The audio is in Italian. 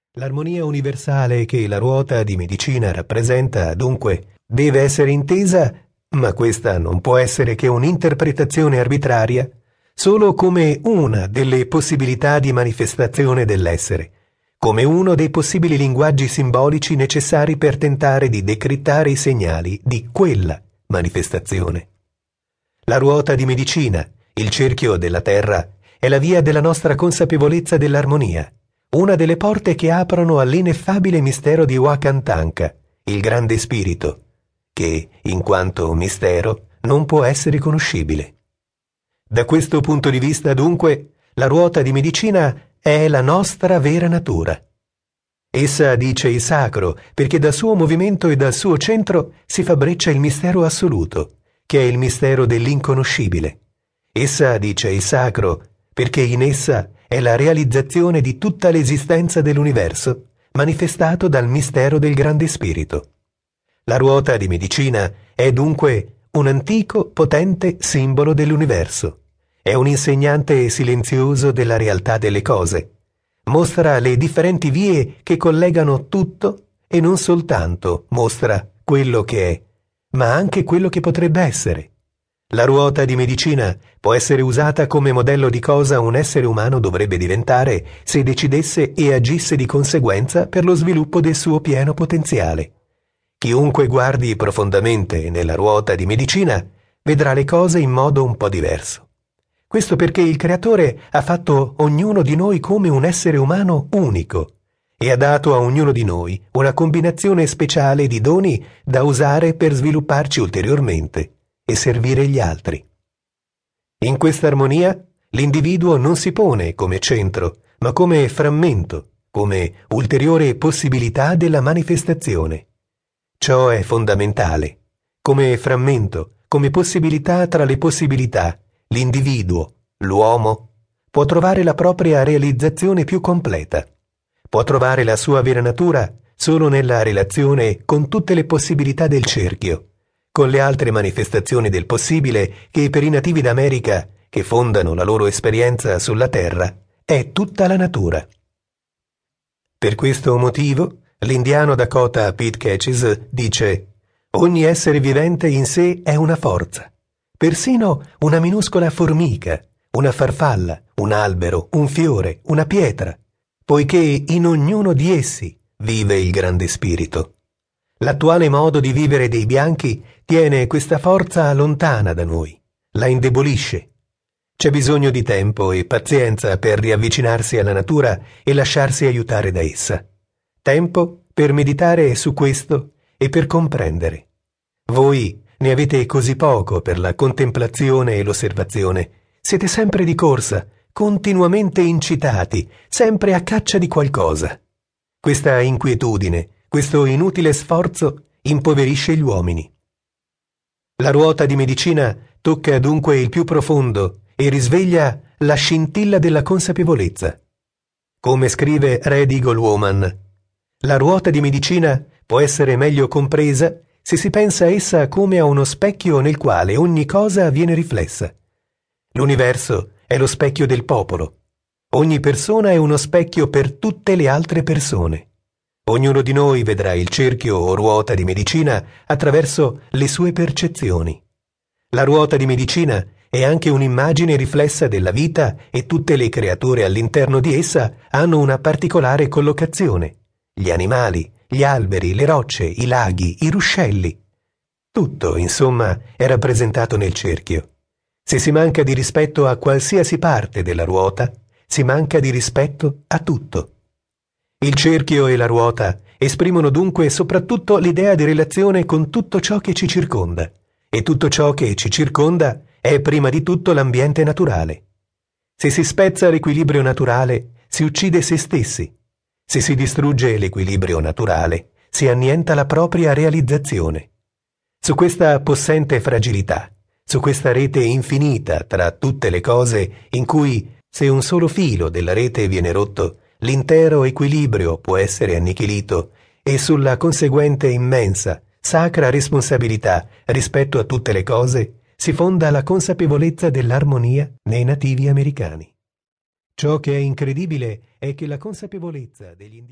L'armonia universale che la ruota di medicina rappresenta, dunque, deve essere intesa, ma questa non può essere che un'interpretazione arbitraria, solo come una delle possibilità di manifestazione dell'essere, come uno dei possibili linguaggi simbolici necessari per tentare di decrittare i segnali di quella manifestazione. La ruota di medicina, il cerchio della Terra, è la via della nostra consapevolezza dell'armonia, una delle porte che aprono all'ineffabile mistero di Wakantanka, il grande spirito, che, in quanto mistero, non può essere conoscibile. Da questo punto di vista, dunque, la ruota di medicina è la nostra vera natura. Essa dice il sacro, perché dal suo movimento e dal suo centro si fabbrica il mistero assoluto, che è il mistero dell'inconoscibile. Essa dice il sacro, perché in essa è la realizzazione di tutta l'esistenza dell'universo, manifestato dal mistero del grande spirito. La ruota di medicina è dunque un antico, potente simbolo dell'universo. È un insegnante silenzioso della realtà delle cose. Mostra le differenti vie che collegano tutto e non soltanto mostra quello che è, ma anche quello che potrebbe essere. La ruota di medicina può essere usata come modello di cosa un essere umano dovrebbe diventare se decidesse e agisse di conseguenza per lo sviluppo del suo pieno potenziale. Chiunque guardi profondamente nella ruota di medicina vedrà le cose in modo un po' diverso. Questo perché il Creatore ha fatto ognuno di noi come un essere umano unico e ha dato a ognuno di noi una combinazione speciale di doni da usare per svilupparci ulteriormente e servire gli altri. In questa armonia l'individuo non si pone come centro, ma come frammento, come ulteriore possibilità della manifestazione. Ciò è fondamentale. Come frammento, come possibilità tra le possibilità, l'individuo, l'uomo, può trovare la propria realizzazione più completa. Può trovare la sua vera natura solo nella relazione con tutte le possibilità del cerchio, con le altre manifestazioni del possibile che per i nativi d'America, che fondano la loro esperienza sulla Terra, è tutta la natura. Per questo motivo, l'indiano Dakota Pete Catches dice: ogni essere vivente in sé è una forza, persino una minuscola formica, una farfalla, un albero, un fiore, una pietra, poiché in ognuno di essi vive il grande spirito. L'attuale modo di vivere dei bianchi tiene questa forza lontana da noi, la indebolisce. C'è bisogno di tempo e pazienza per riavvicinarsi alla natura e lasciarsi aiutare da essa. Tempo per meditare su questo e per comprendere. Voi ne avete così poco per la contemplazione e l'osservazione. Siete sempre di corsa, continuamente incitati, sempre a caccia di qualcosa. Questa inquietudine, questo inutile sforzo impoverisce gli uomini. La ruota di medicina tocca dunque il più profondo e risveglia la scintilla della consapevolezza. Come scrive Red Eagle Woman, la ruota di medicina può essere meglio compresa se si pensa a essa come a uno specchio nel quale ogni cosa viene riflessa. L'universo è lo specchio del popolo. Ogni persona è uno specchio per tutte le altre persone. Ognuno di noi vedrà il cerchio o ruota di medicina attraverso le sue percezioni. La ruota di medicina è anche un'immagine riflessa della vita e tutte le creature all'interno di essa hanno una particolare collocazione. Gli animali, gli alberi, le rocce, i laghi, i ruscelli. Tutto, insomma, è rappresentato nel cerchio. Se si manca di rispetto a qualsiasi parte della ruota, si manca di rispetto a tutto. Il cerchio e la ruota esprimono dunque soprattutto l'idea di relazione con tutto ciò che ci circonda, e tutto ciò che ci circonda è prima di tutto l'ambiente naturale. Se si spezza l'equilibrio naturale, si uccide se stessi. Se si distrugge l'equilibrio naturale, si annienta la propria realizzazione. Su questa possente fragilità, su questa rete infinita tra tutte le cose in cui, se un solo filo della rete viene rotto, l'intero equilibrio può essere annichilito, e sulla conseguente immensa, sacra responsabilità rispetto a tutte le cose si fonda la consapevolezza dell'armonia nei nativi americani. Ciò che è incredibile è che la consapevolezza degli